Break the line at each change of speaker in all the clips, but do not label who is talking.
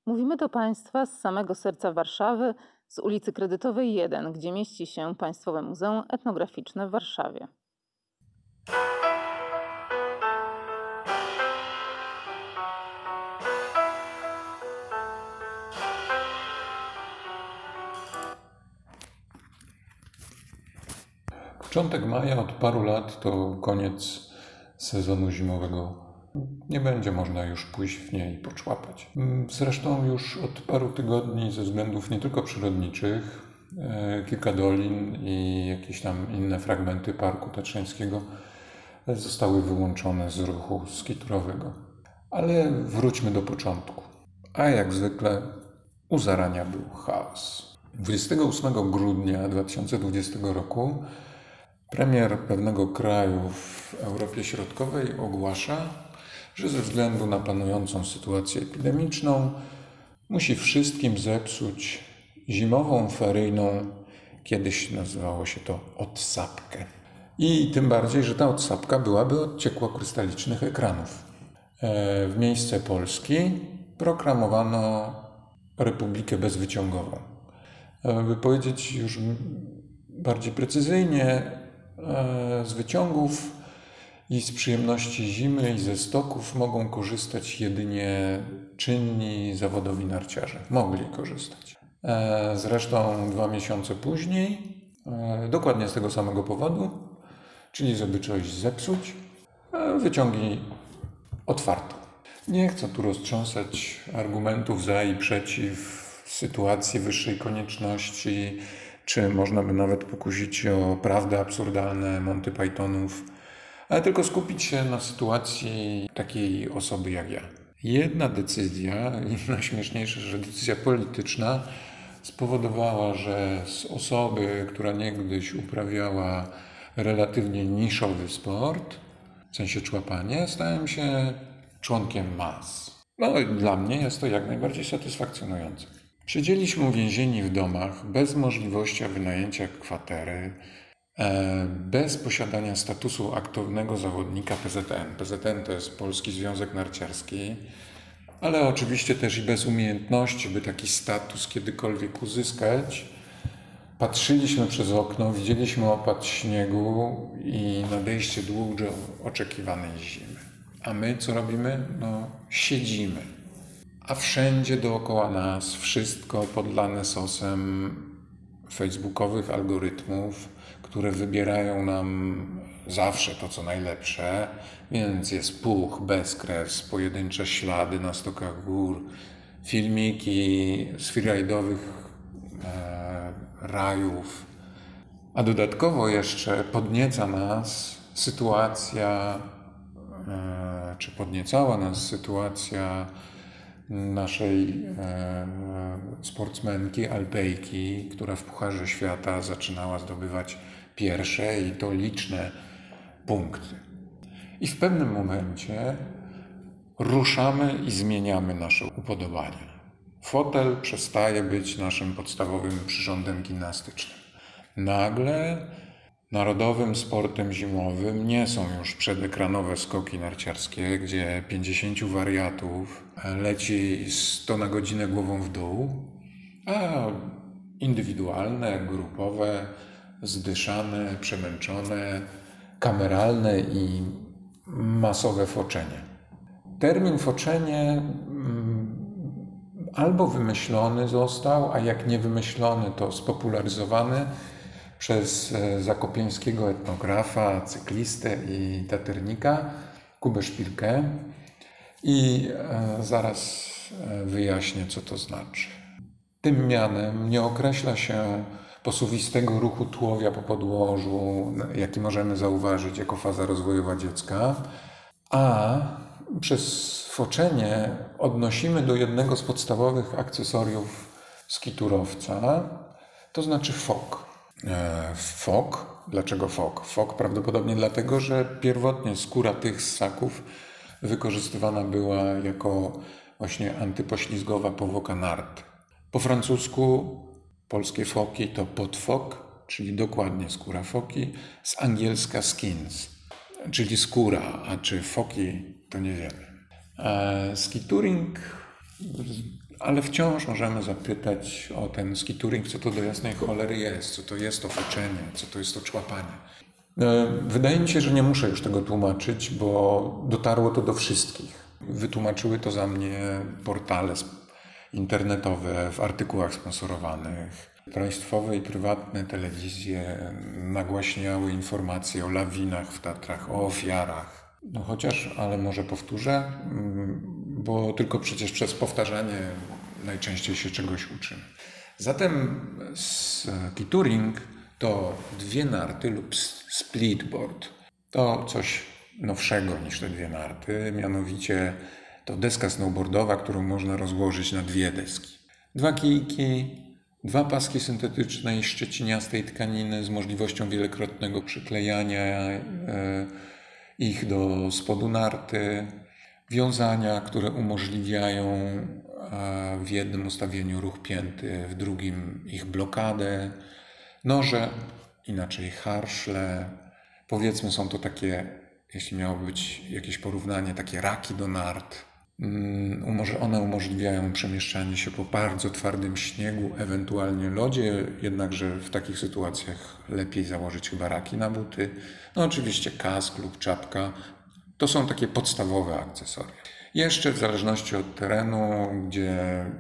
Mówimy do Państwa z samego serca Warszawy, z ulicy Kredytowej 1, gdzie mieści się Państwowe Muzeum Etnograficzne w Warszawie.
Początek maja od paru lat to koniec sezonu zimowego. Nie będzie można już pójść w niej i poczłapać. Zresztą już od paru tygodni ze względów nie tylko przyrodniczych kilka dolin i jakieś tam inne fragmenty Parku Tatrzańskiego zostały wyłączone z ruchu skiturowego. Ale wróćmy do początku. A jak zwykle u zarania był chaos. 28 grudnia 2020 roku premier pewnego kraju w Europie Środkowej ogłasza, że ze względu na panującą sytuację epidemiczną musi wszystkim zepsuć zimową, feryjną, kiedyś nazywało się to odsapkę. I tym bardziej, że ta odsapka byłaby od ciekłokrystalicznych ekranów. W miejsce Polski proklamowano Republikę Bezwyciągową. By powiedzieć już bardziej precyzyjnie, z wyciągów i z przyjemności zimy i ze stoków mogą korzystać jedynie czynni zawodowi narciarze. Mogli korzystać. Zresztą 2 miesiące później, dokładnie z tego samego powodu, czyli żeby coś zepsuć, wyciągi otwarto. Nie chcę tu roztrząsać argumentów za i przeciw sytuacji wyższej konieczności, czy można by nawet pokusić się o prawdy absurdalne Monty Pythonów, ale tylko skupić się na sytuacji takiej osoby jak ja. Jedna decyzja, i najśmieszniejsze, że decyzja polityczna, spowodowała, że z osoby, która niegdyś uprawiała relatywnie niszowy sport, w sensie człapanie, stałem się członkiem mas. No i dla mnie jest to jak najbardziej satysfakcjonujące. Siedzieliśmy uwięzieni w domach, bez możliwości wynajęcia kwatery, bez posiadania statusu aktywnego zawodnika PZN. PZN to jest Polski Związek Narciarski, ale oczywiście też i bez umiejętności, by taki status kiedykolwiek uzyskać. Patrzyliśmy przez okno, widzieliśmy opad śniegu i nadejście długo oczekiwanej zimy. A my co robimy? No, siedzimy. A wszędzie dookoła nas wszystko podlane sosem facebookowych algorytmów, które wybierają nam zawsze to, co najlepsze, więc jest puch, bezkres, pojedyncze ślady na stokach gór, filmiki z freeridowych rajów, a dodatkowo jeszcze podniecała nas sytuacja naszej sportsmenki Alpejki, która w Pucharze Świata zaczynała zdobywać pierwsze i to liczne punkty. I w pewnym momencie ruszamy i zmieniamy nasze upodobania. Fotel przestaje być naszym podstawowym przyrządem gimnastycznym. Nagle narodowym sportem zimowym nie są już przedekranowe skoki narciarskie, gdzie 50 wariatów leci 100 na godzinę głową w dół, a indywidualne, grupowe, zdyszane, przemęczone, kameralne i masowe foczenie. Termin foczenie albo wymyślony został, a jak nie wymyślony, to spopularyzowany przez zakopieńskiego etnografa, cyklistę i taternika Kubę Szpilkę i zaraz wyjaśnię, co to znaczy. Tym mianem nie określa się posuwistego ruchu tułowia po podłożu, jaki możemy zauważyć jako faza rozwojowa dziecka, a przez foczenie odnosimy do jednego z podstawowych akcesoriów skiturowca, to znaczy fok. Fok. Dlaczego fok? Fok prawdopodobnie dlatego, że pierwotnie skóra tych ssaków wykorzystywana była jako właśnie antypoślizgowa powłoka nart. Po francusku polskie foki to podfok, czyli dokładnie skóra foki, z angielska skins, czyli skóra, a czy foki to nie wiemy. Skituring Ale wciąż możemy zapytać o ten skituring, co to do jasnej cholery jest, co to jest to feczenie, co to jest to człapanie. Wydaje mi się, że nie muszę już tego tłumaczyć, bo dotarło to do wszystkich. Wytłumaczyły to za mnie portale internetowe w artykułach sponsorowanych. Państwowe i prywatne telewizje nagłaśniały informacje o lawinach w Tatrach, o ofiarach. No chociaż, ale może powtórzę, bo tylko przecież przez powtarzanie najczęściej się czegoś uczymy. Zatem skituring to 2 narty lub splitboard. To coś nowszego niż te 2 narty, mianowicie to deska snowboardowa, którą można rozłożyć na 2 deski. 2 kijki, 2 paski syntetycznej, szczeciniastej tkaniny z możliwością wielokrotnego przyklejania ich do spodu narty, wiązania, które umożliwiają w jednym ustawieniu ruch pięty, w drugim ich blokadę, noże, inaczej harszle. Powiedzmy, są to takie, jeśli miało być jakieś porównanie, takie raki do nart. One umożliwiają przemieszczanie się po bardzo twardym śniegu, ewentualnie lodzie, jednakże w takich sytuacjach lepiej założyć chyba raki na buty. No oczywiście kask lub czapka. To są takie podstawowe akcesoria. Jeszcze w zależności od terenu, gdzie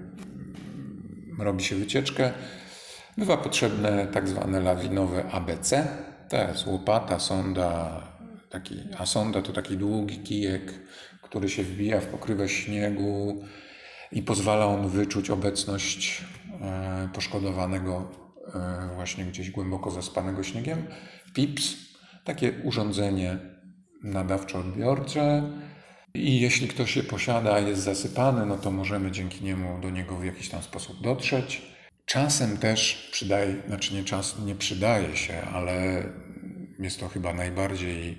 robi się wycieczkę, bywa potrzebne tak zwane lawinowe ABC. To jest łopata, sonda, a sonda to taki długi kijek, który się wbija w pokrywę śniegu i pozwala on wyczuć obecność poszkodowanego właśnie gdzieś głęboko zaspanego śniegiem. PIPS, takie urządzenie nadawczo-odbiorcze i jeśli ktoś je posiada, jest zasypany, no to możemy dzięki niemu do niego w jakiś tam sposób dotrzeć. Czasem też nie przydaje się, ale jest to chyba najbardziej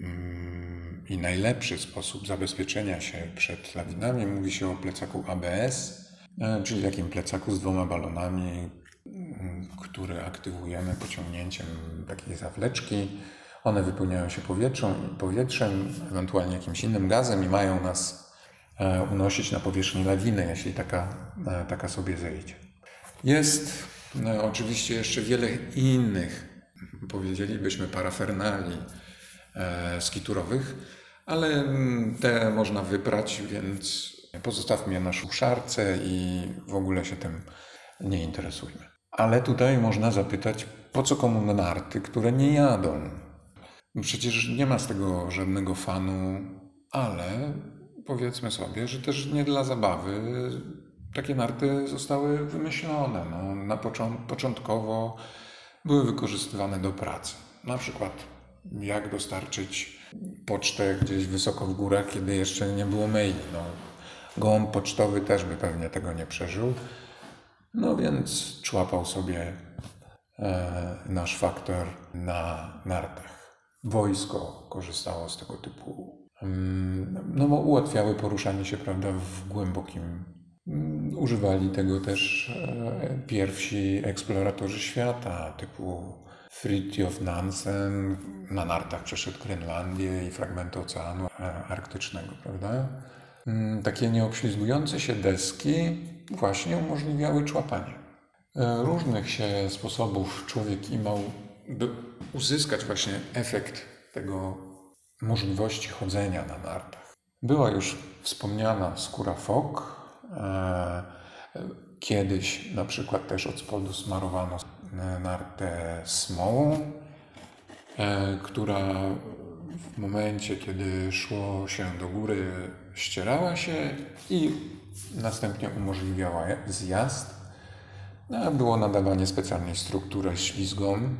i najlepszy sposób zabezpieczenia się przed lawinami. Mówi się o plecaku ABS, czyli takim plecaku z 2 balonami, który aktywujemy pociągnięciem takiej zawleczki. One wypełniają się powietrzem, ewentualnie jakimś innym gazem i mają nas unosić na powierzchnię lawiny, jeśli taka sobie zejdzie. Jest oczywiście jeszcze wiele innych, powiedzielibyśmy, parafernalii skiturowych, ale te można wybrać, więc pozostawmy je na suszarce i w ogóle się tym nie interesujmy. Ale tutaj można zapytać, po co komu narty, które nie jadą? Przecież nie ma z tego żadnego fanu, ale powiedzmy sobie, że też nie dla zabawy takie narty zostały wymyślone. Początkowo były wykorzystywane do pracy. Na przykład jak dostarczyć pocztę gdzieś wysoko w górach, kiedy jeszcze nie było maili. Gołąb pocztowy też by pewnie tego nie przeżył. No więc człapał sobie nasz faktor na nartach. Wojsko korzystało z tego typu, bo ułatwiały poruszanie się, prawda, w głębokim. Używali tego też pierwsi eksploratorzy świata, typu Fridtjof Nansen na nartach przeszedł Grenlandię i fragmenty Oceanu Arktycznego, prawda? Takie nieobślizgujące się deski właśnie umożliwiały człapanie. Różnych się sposobów człowiek imał, by uzyskać właśnie efekt tego możliwości chodzenia na nartach. Była już wspomniana skóra fok. Kiedyś na przykład też od spodu smarowano nartę smołą, która w momencie, kiedy szło się do góry, ścierała się i następnie umożliwiała zjazd. Było nadawanie specjalnej struktury ślizgom,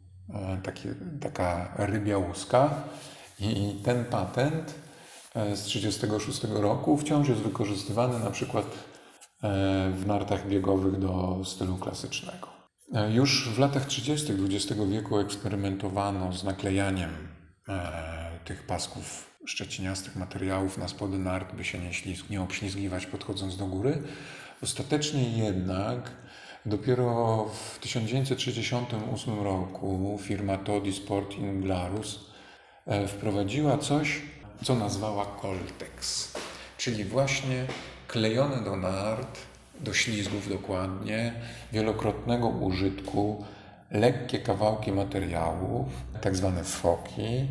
taka rybia łuska, i ten patent z 1936 roku wciąż jest wykorzystywany na przykład w nartach biegowych do stylu klasycznego. Już w latach 30. XX wieku eksperymentowano z naklejaniem tych pasków szczeciniastych materiałów na spody nart, by się nie obślizgiwać podchodząc do góry. Ostatecznie jednak dopiero w 1968 roku firma Todi Sport in Glarus wprowadziła coś, co nazwała Coltex, czyli właśnie klejone do nart do ślizgów dokładnie, wielokrotnego użytku, lekkie kawałki materiałów, tak zwane foki,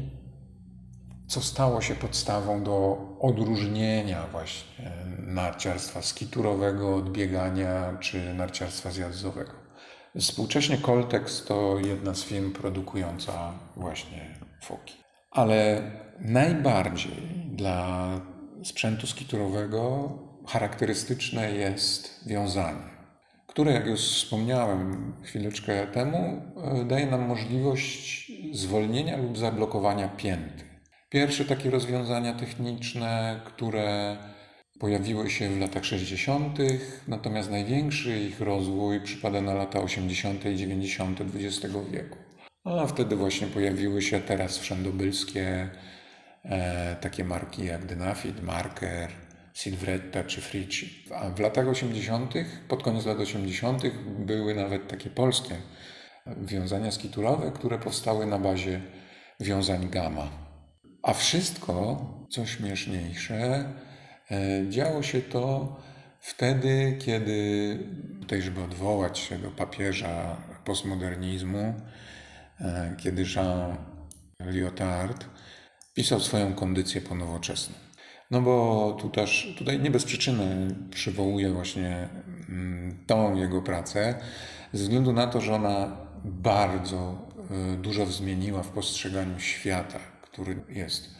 co stało się podstawą do odróżnienia właśnie narciarstwa skiturowego od biegania czy narciarstwa zjazdowego. Współcześnie Coltex to jedna z firm produkująca właśnie foki. Ale najbardziej dla sprzętu skiturowego charakterystyczne jest wiązanie, które, jak już wspomniałem chwileczkę temu, daje nam możliwość zwolnienia lub zablokowania pięty. Pierwsze takie rozwiązania techniczne, które pojawiły się w latach 60., natomiast największy ich rozwój przypada na lata 80. i 90. XX wieku. A wtedy właśnie pojawiły się teraz wszędobylskie takie marki jak Dynafit, Marker, Silvretta czy Frici. A w latach 80., pod koniec lat 80. były nawet takie polskie wiązania skiturowe, które powstały na bazie wiązań Gamma. A wszystko, co śmieszniejsze, działo się to wtedy, kiedy, tutaj żeby odwołać się do papieża postmodernizmu, kiedy Jean Lyotard pisał swoją kondycję ponowoczesną. No bo tutaj nie bez przyczyny przywołuję właśnie tą jego pracę, ze względu na to, że ona bardzo dużo zmieniła w postrzeganiu świata, który jest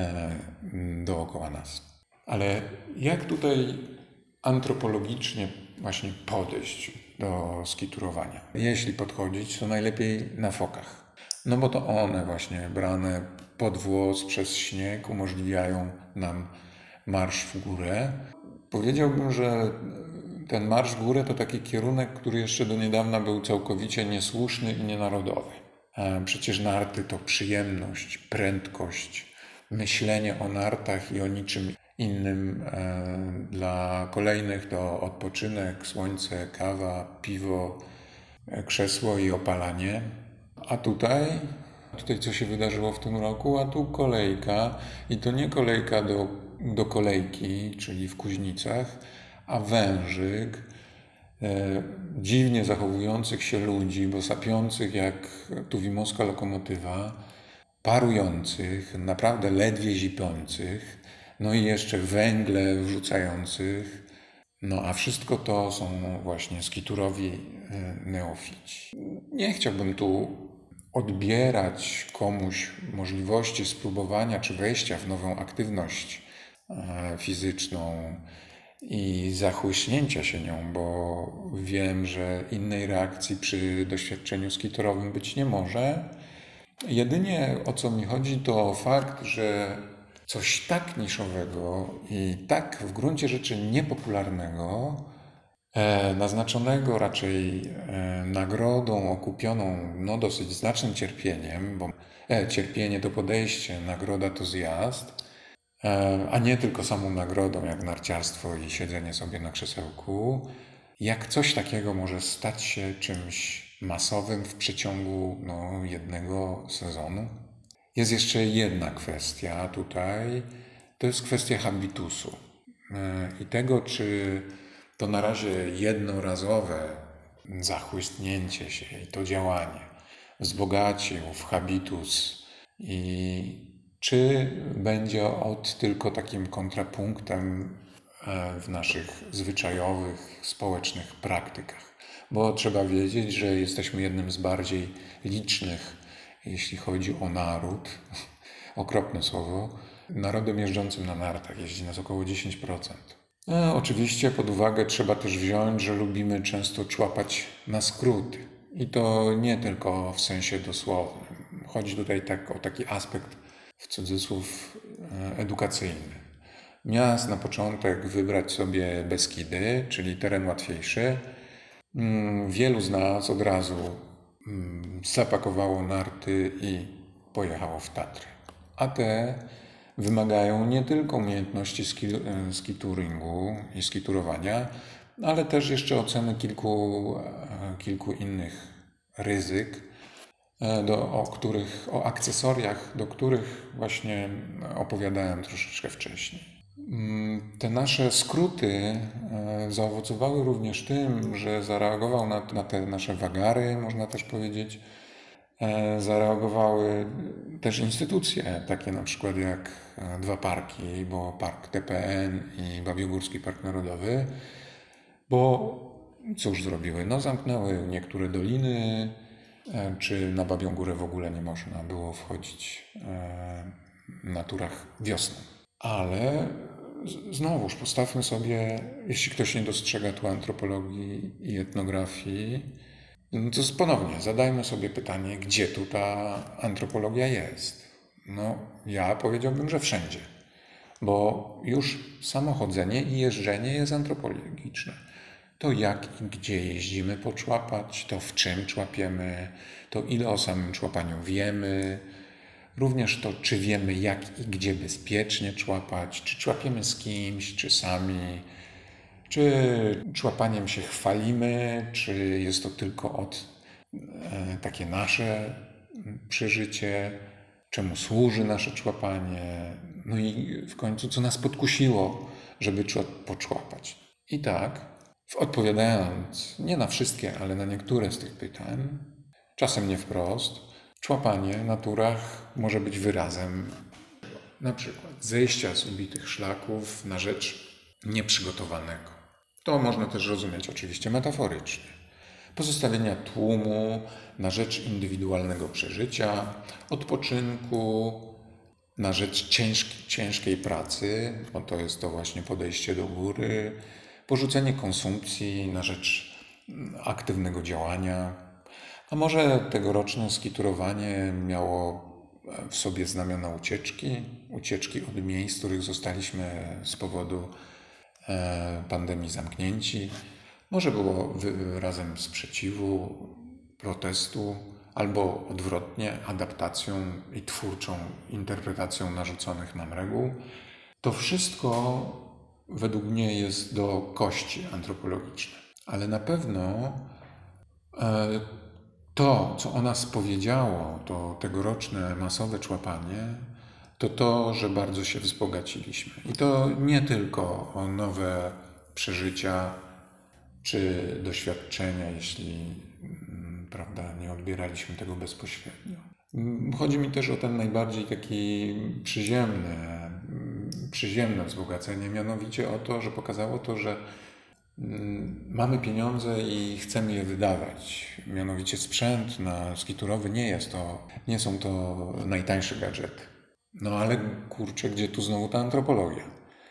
dookoła nas. Ale jak tutaj antropologicznie właśnie podejść do skiturowania? Jeśli podchodzić, to najlepiej na fokach. No bo to one właśnie brane pod włos przez śnieg umożliwiają nam marsz w górę. Powiedziałbym, że ten marsz w górę to taki kierunek, który jeszcze do niedawna był całkowicie niesłuszny i nienarodowy. Przecież narty to przyjemność, prędkość, myślenie o nartach i o niczym innym. Dla kolejnych to odpoczynek, słońce, kawa, piwo, krzesło i opalanie. A tutaj co się wydarzyło w tym roku? A tu kolejka i to nie kolejka do kolejki, czyli w Kuźnicach, a wężyk, dziwnie zachowujących się ludzi, bo sapiących jak tuwimowska lokomotywa, parujących, naprawdę ledwie zipiących, no i jeszcze węgle wrzucających. No a wszystko to są właśnie skiturowi neofici. Nie chciałbym tu odbierać komuś możliwości spróbowania czy wejścia w nową aktywność fizyczną i zachłyśnięcia się nią, bo wiem, że innej reakcji przy doświadczeniu skiturowym być nie może. Jedynie o co mi chodzi, to fakt, że coś tak niszowego i tak w gruncie rzeczy niepopularnego, naznaczonego raczej nagrodą okupioną dosyć znacznym cierpieniem, bo cierpienie to podejście, nagroda to zjazd, a nie tylko samą nagrodą jak narciarstwo i siedzenie sobie na krzesełku, jak coś takiego może stać się czymś masowym w przeciągu jednego sezonu. Jest jeszcze jedna kwestia tutaj, to jest kwestia habitusu i tego, czy to na razie jednorazowe zachłysnięcie się i to działanie wzbogaci ów habitus i czy będzie tylko takim kontrapunktem w naszych zwyczajowych, społecznych praktykach. Bo trzeba wiedzieć, że jesteśmy jednym z bardziej licznych, jeśli chodzi o naród, okropne słowo, narodem jeżdżącym na nartach. Jeździ nas około 10%. Oczywiście pod uwagę trzeba też wziąć, że lubimy często człapać na skróty. I to nie tylko w sensie dosłownym. Chodzi tutaj o taki aspekt, w cudzysłów, edukacyjny. Miast na początek wybrać sobie Beskidy, czyli teren łatwiejszy. Wielu z nas od razu zapakowało narty i pojechało w Tatry. A te wymagają nie tylko umiejętności skituringu i skiturowania, ale też jeszcze oceny kilku innych ryzyk, o akcesoriach, do których właśnie opowiadałem troszeczkę wcześniej. Te nasze skróty zaowocowały również tym, że zareagował na te nasze wagary, można też powiedzieć, zareagowały też instytucje, takie na przykład jak dwa parki, bo Park TPN i Babiogórski Park Narodowy, bo cóż zrobiły? No zamknęły niektóre doliny, czy na Babią Górę w ogóle nie można było wchodzić na turach wiosną. Ale znowuż postawmy sobie, jeśli ktoś nie dostrzega tu antropologii i etnografii, no to ponownie zadajmy sobie pytanie, gdzie tu ta antropologia jest. No, ja powiedziałbym, że wszędzie, bo już samo chodzenie i jeżdżenie jest antropologiczne. To jak i gdzie jeździmy poczłapać, to w czym człapiemy, to ile o samym człapaniu wiemy, również to, czy wiemy jak i gdzie bezpiecznie człapać, czy człapiemy z kimś, czy sami, czy człapaniem się chwalimy, czy jest to tylko takie nasze przeżycie, czemu służy nasze człapanie, no i w końcu co nas podkusiło, żeby poczłapać. I tak, odpowiadając nie na wszystkie, ale na niektóre z tych pytań, czasem nie wprost, człapanie na turach może być wyrazem na przykład zejścia z ubitych szlaków na rzecz nieprzygotowanego. To można też rozumieć oczywiście metaforycznie. Pozostawienia tłumu na rzecz indywidualnego przeżycia, odpoczynku, na rzecz ciężkiej pracy, bo to jest to właśnie podejście do góry, porzucenie konsumpcji na rzecz aktywnego działania. A może tegoroczne skiturowanie miało w sobie znamiona ucieczki od miejsc, w których zostaliśmy z powodu pandemii zamknięci. Może było wyrazem sprzeciwu, protestu, albo odwrotnie, adaptacją i twórczą interpretacją narzuconych nam reguł. To wszystko według mnie jest do kości antropologiczne. Ale na pewno to, co o nas powiedziało, to tegoroczne masowe człapanie, to, że bardzo się wzbogaciliśmy. I to nie tylko o nowe przeżycia czy doświadczenia, jeśli prawda, nie odbieraliśmy tego bezpośrednio. Chodzi mi też o ten najbardziej taki przyziemne wzbogacenie, mianowicie o to, że pokazało to, że mamy pieniądze i chcemy je wydawać. Mianowicie sprzęt skiturowy nie są to najtańsze gadżety. No ale kurczę, gdzie tu znowu ta antropologia?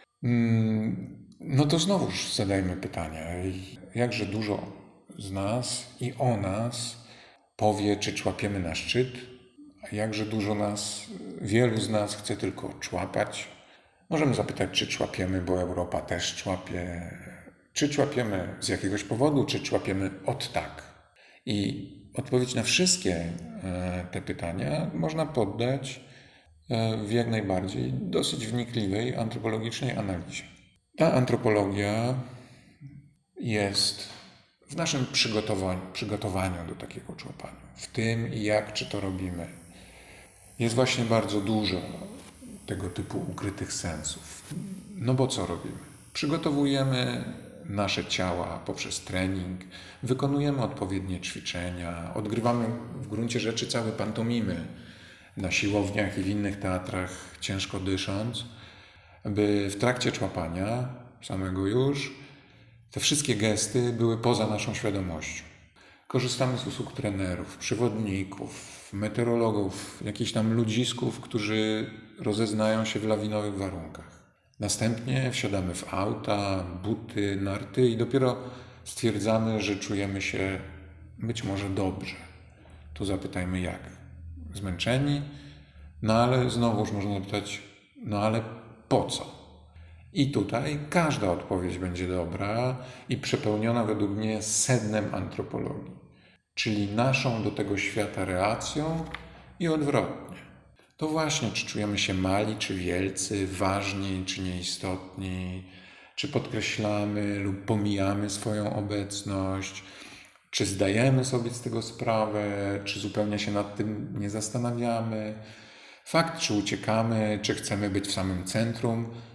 No to znowuż zadajmy pytanie, jakże dużo z nas i o nas powie, czy człapiemy na szczyt, a jakże wielu z nas chce tylko człapać. Możemy zapytać, czy człapiemy, bo Europa też człapie, czy człapiemy z jakiegoś powodu, czy człapiemy od tak. I odpowiedź na wszystkie te pytania można poddać w jak najbardziej dosyć wnikliwej antropologicznej analizie. Ta antropologia jest w naszym przygotowaniu do takiego człapania, w tym czy to robimy. Jest właśnie bardzo dużo tego typu ukrytych sensów. No bo co robimy? Przygotowujemy nasze ciała poprzez trening, wykonujemy odpowiednie ćwiczenia, odgrywamy w gruncie rzeczy całe pantomimy na siłowniach i w innych teatrach, ciężko dysząc, by w trakcie człapania samego już te wszystkie gesty były poza naszą świadomością. Korzystamy z usług trenerów, przewodników, meteorologów, jakichś tam ludzisków, którzy rozeznają się w lawinowych warunkach. Następnie wsiadamy w auta, buty, narty i dopiero stwierdzamy, że czujemy się być może dobrze. Tu zapytajmy jak? Zmęczeni? No ale znowuż można zapytać, no ale po co? I tutaj każda odpowiedź będzie dobra i przepełniona według mnie sednem antropologii, czyli naszą do tego świata reakcją i odwrotnie. To właśnie, czy czujemy się mali, czy wielcy, ważni, czy nieistotni, czy podkreślamy lub pomijamy swoją obecność, czy zdajemy sobie z tego sprawę, czy zupełnie się nad tym nie zastanawiamy. Fakt, czy uciekamy, czy chcemy być w samym centrum,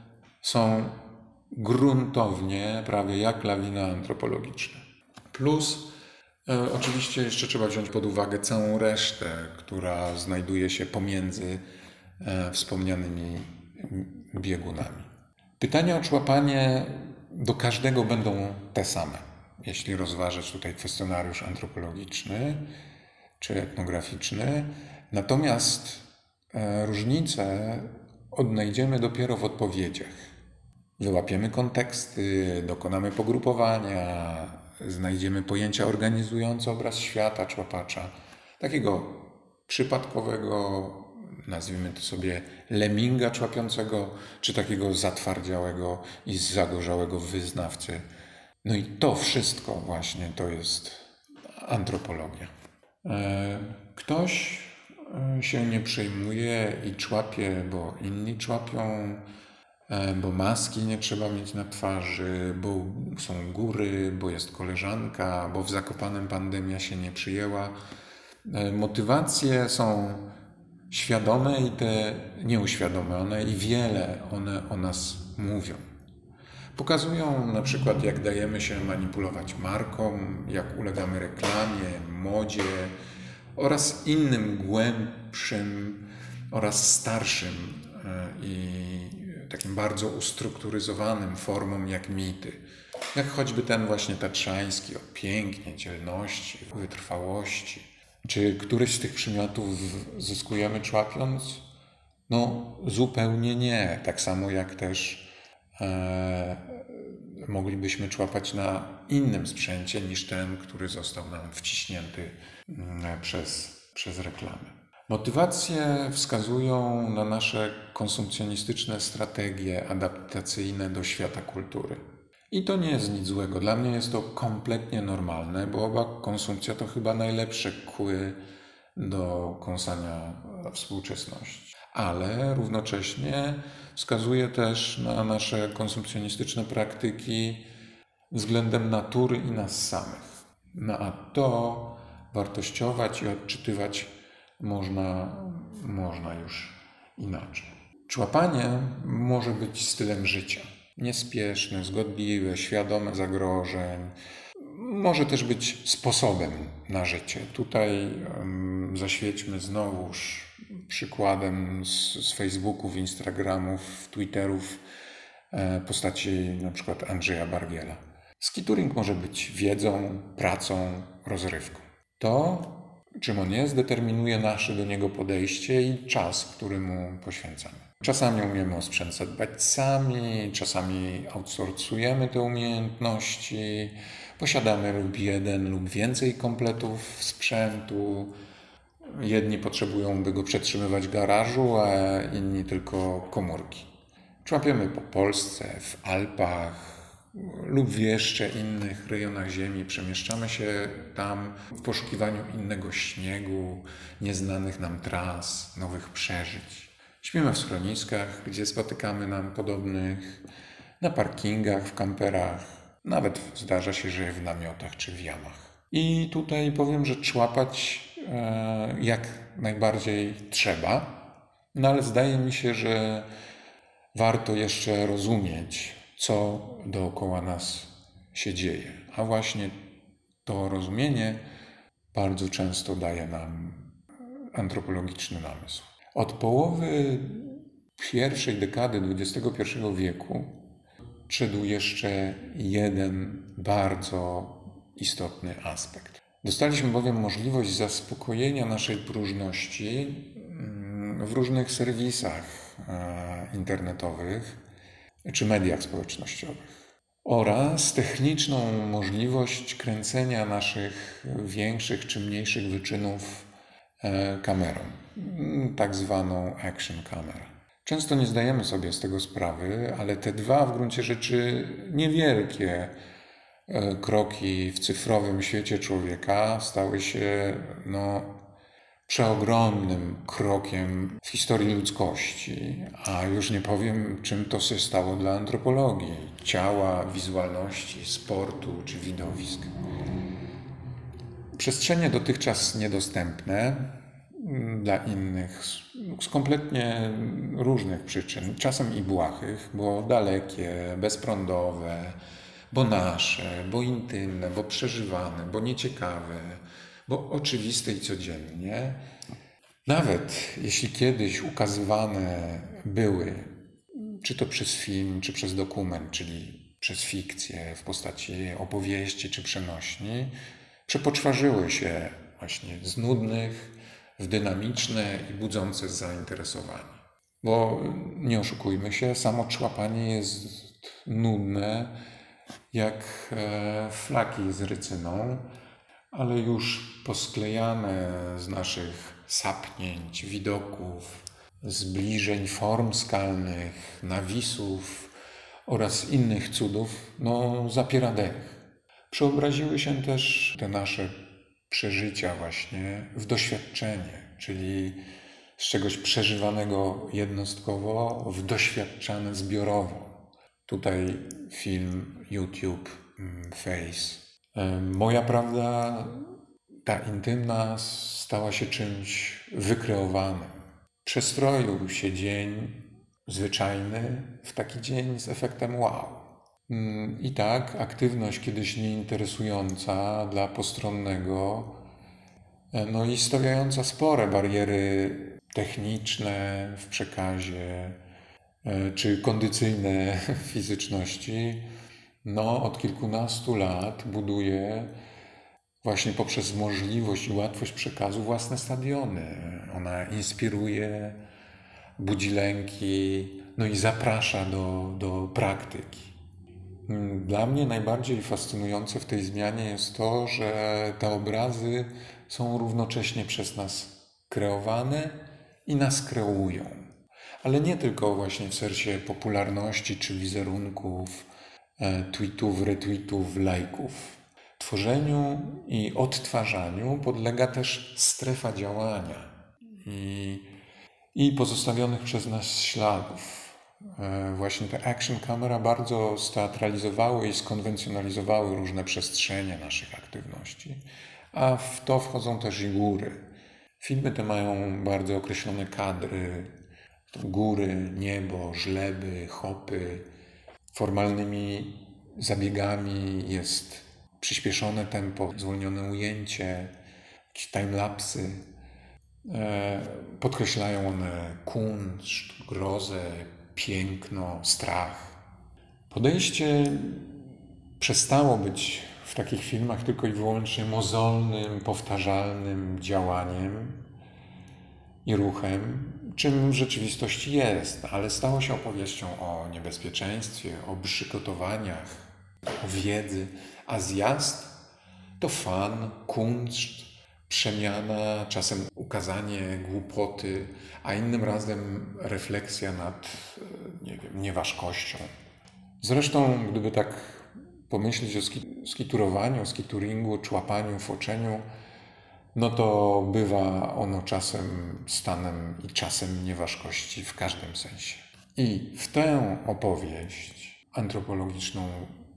są gruntownie prawie jak lawina antropologiczna. Plus oczywiście jeszcze trzeba wziąć pod uwagę całą resztę, która znajduje się pomiędzy wspomnianymi biegunami. Pytania o człapanie do każdego będą te same, jeśli rozważać tutaj kwestionariusz antropologiczny czy etnograficzny. Natomiast różnice odnajdziemy dopiero w odpowiedziach. Wyłapiemy konteksty, dokonamy pogrupowania, znajdziemy pojęcia organizujące obraz świata człapacza, takiego przypadkowego, nazwijmy to sobie leminga człapiącego, czy takiego zatwardziałego i zagorzałego wyznawcy. No i to wszystko właśnie to jest antropologia. Ktoś się nie przejmuje i człapie, bo inni człapią, bo maski nie trzeba mieć na twarzy, bo są góry, bo jest koleżanka, bo w Zakopanem pandemia się nie przyjęła. Motywacje są świadome i te nieuświadomione i wiele one o nas mówią. Pokazują na przykład, jak dajemy się manipulować marką, jak ulegamy reklamie, modzie oraz innym głębszym oraz starszym i takim bardzo ustrukturyzowanym formom jak mity. Jak choćby ten właśnie tatrzański o pięknie, dzielności, wytrwałości. Czy któryś z tych przymiotów zyskujemy człapiąc? No zupełnie nie. Tak samo jak też moglibyśmy człapać na innym sprzęcie niż ten, który został nam wciśnięty przez reklamę. Motywacje wskazują na nasze konsumpcjonistyczne strategie adaptacyjne do świata kultury. I to nie jest nic złego. Dla mnie jest to kompletnie normalne, bo oba konsumpcja to chyba najlepsze kły do kąsania współczesności. Ale równocześnie wskazuje też na nasze konsumpcjonistyczne praktyki względem natury i nas samych. No a to wartościować i odczytywać można już inaczej. Człapanie może być stylem życia. Niespieszne, zgodliwe, świadome zagrożeń. Może też być sposobem na życie. Tutaj zaświećmy znowuż przykładem z Facebooków, Instagramów, Twitterów postaci na przykład Andrzeja Bargiela. Skituring może być wiedzą, pracą, rozrywką. To, czym on jest, determinuje nasze do niego podejście i czas, który mu poświęcamy. Czasami umiemy o sprzęt zadbać sami, czasami outsourcujemy te umiejętności, posiadamy lub jeden lub więcej kompletów sprzętu. Jedni potrzebują, by go przetrzymywać w garażu, a inni tylko komórki. Człapiemy po Polsce, w Alpach lub w jeszcze innych rejonach ziemi. Przemieszczamy się tam w poszukiwaniu innego śniegu, nieznanych nam tras, nowych przeżyć. Śpimy w schroniskach, gdzie spotykamy nam podobnych, na parkingach, w kamperach, nawet zdarza się, że w namiotach czy w jamach. I tutaj powiem, że człapać jak najbardziej trzeba, no ale zdaje mi się, że warto jeszcze rozumieć, co dookoła nas się dzieje. A właśnie to rozumienie bardzo często daje nam antropologiczny namysł. Od połowy pierwszej dekady XXI wieku przyszedł jeszcze jeden bardzo istotny aspekt. Dostaliśmy bowiem możliwość zaspokojenia naszej próżności w różnych serwisach internetowych czy mediach społecznościowych oraz techniczną możliwość kręcenia naszych większych czy mniejszych wyczynów kamerą, tak zwaną action camera. Często nie zdajemy sobie z tego sprawy, ale te dwa w gruncie rzeczy niewielkie kroki w cyfrowym świecie człowieka stały się przeogromnym krokiem w historii ludzkości, a już nie powiem, czym to się stało dla antropologii, ciała, wizualności, sportu czy widowisk. Przestrzenie dotychczas niedostępne dla innych z kompletnie różnych przyczyn, czasem i błahych, bo dalekie, bezprądowe, bo nasze, bo intymne, bo przeżywane, bo nieciekawe, bo oczywiste i codziennie. Nawet jeśli kiedyś ukazywane były, czy to przez film, czy przez dokument, czyli przez fikcję w postaci opowieści czy przenośni, przepoczwarzyły się właśnie z nudnych w dynamiczne i budzące zainteresowanie. Bo nie oszukujmy się, samo człapanie jest nudne jak flaki z rycyną, ale już posklejane z naszych sapnięć, widoków, zbliżeń form skalnych, nawisów oraz innych cudów, zapiera dech. Przeobraziły się też te nasze przeżycia właśnie w doświadczenie, czyli z czegoś przeżywanego jednostkowo w doświadczane zbiorowo. Tutaj film, YouTube, Face. Moja prawda, ta intymna, stała się czymś wykreowanym. Przestroił się dzień zwyczajny w taki dzień z efektem wow. I tak aktywność kiedyś nieinteresująca dla postronnego, i stawiająca spore bariery techniczne w przekazie, czy kondycyjne fizyczności, od kilkunastu lat buduje właśnie poprzez możliwość i łatwość przekazu własne stadiony. Ona inspiruje, budzi lęki, i zaprasza do praktyki. Dla mnie najbardziej fascynujące w tej zmianie jest to, że te obrazy są równocześnie przez nas kreowane i nas kreują. Ale nie tylko właśnie w sensie popularności czy wizerunków, tweetów, retweetów, lajków. Tworzeniu i odtwarzaniu podlega też strefa działania i pozostawionych przez nas śladów. Właśnie te action camera bardzo steatralizowały i skonwencjonalizowały różne przestrzenie naszych aktywności, a w to wchodzą też i góry. Filmy te mają bardzo określone kadry, góry, niebo, żleby, hopy. Formalnymi zabiegami jest przyspieszone tempo, zwolnione ujęcie, jakieś timelapsy. Podkreślają one kunszt, grozę, piękno, strach. Podejście przestało być w takich filmach tylko i wyłącznie mozolnym, powtarzalnym działaniem i ruchem, czym w rzeczywistości jest, ale stało się opowieścią o niebezpieczeństwie, o przygotowaniach, o wiedzy, a zjazd to fan, kunszt, przemiana, czasem ukazanie głupoty, a innym razem refleksja nad, nieważkością. Zresztą, gdyby tak pomyśleć o skiturowaniu, o skituringu, człapaniu, foczeniu, to bywa ono czasem stanem i czasem nieważkości w każdym sensie. I w tę opowieść antropologiczną,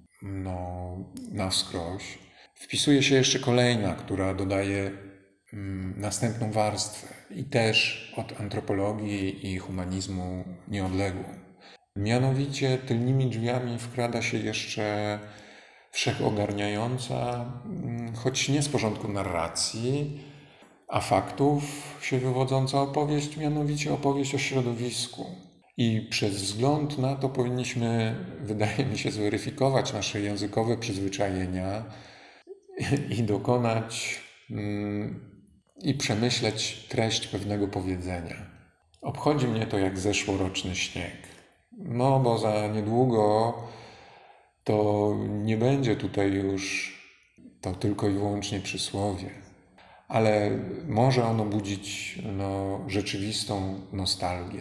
na wskroś, wpisuje się jeszcze kolejna, która dodaje następną warstwę i też od antropologii i humanizmu nieodległą. Mianowicie tylnymi drzwiami wkrada się jeszcze wszechogarniająca, choć nie z porządku narracji, a faktów się wywodząca opowieść, mianowicie opowieść o środowisku. I przez wzgląd na to powinniśmy, wydaje mi się, zweryfikować nasze językowe przyzwyczajenia i dokonać i przemyśleć treść pewnego powiedzenia. Obchodzi mnie to jak zeszłoroczny śnieg. Bo za niedługo to nie będzie tutaj już to tylko i wyłącznie przysłowie, ale może ono budzić rzeczywistą nostalgię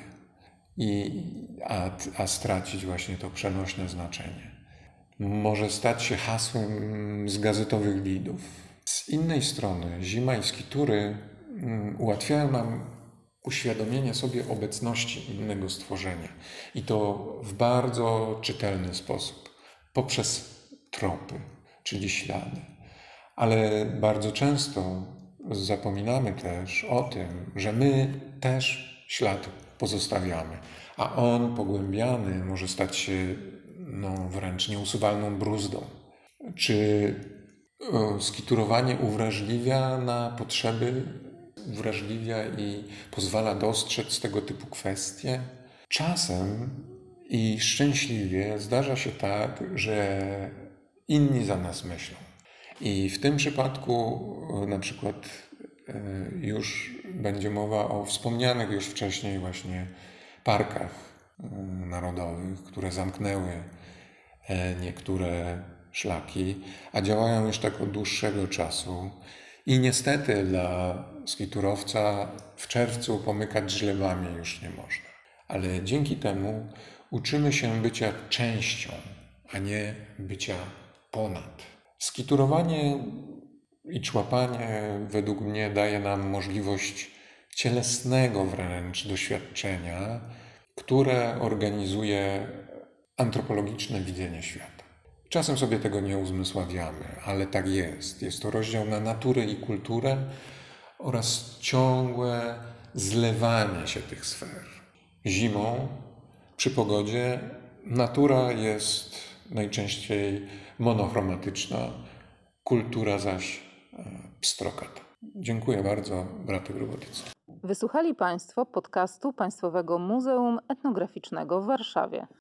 a stracić właśnie to przenośne znaczenie. Może stać się hasłem z gazetowych lidów. Z innej strony zima i skitury ułatwiają nam uświadomienie sobie obecności innego stworzenia. I to w bardzo czytelny sposób, poprzez tropy, czyli ślady. Ale bardzo często zapominamy też o tym, że my też ślad pozostawiamy, a on pogłębiany może stać się wręcz nieusuwalną bruzdą. Czy skiturowanie uwrażliwia na potrzeby, uwrażliwia i pozwala dostrzec tego typu kwestie? Czasem i szczęśliwie zdarza się tak, że inni za nas myślą. I w tym przypadku na przykład już będzie mowa o wspomnianych już wcześniej właśnie parkach narodowych, które zamknęły niektóre szlaki, a działają już tak od dłuższego czasu. I niestety dla skiturowca w czerwcu pomykać żlebami już nie można. Ale dzięki temu uczymy się bycia częścią, a nie bycia ponad. Skiturowanie i człapanie według mnie daje nam możliwość cielesnego wręcz doświadczenia, które organizuje antropologiczne widzenie świata. Czasem sobie tego nie uzmysławiamy, ale tak jest. Jest to rozdział na naturę i kulturę oraz ciągłe zlewanie się tych sfer. Zimą, przy pogodzie, natura jest najczęściej monochromatyczna, kultura zaś pstrokata. Dziękuję bardzo, Bratek Robotycki.
Wysłuchali Państwo podcastu Państwowego Muzeum Etnograficznego w Warszawie.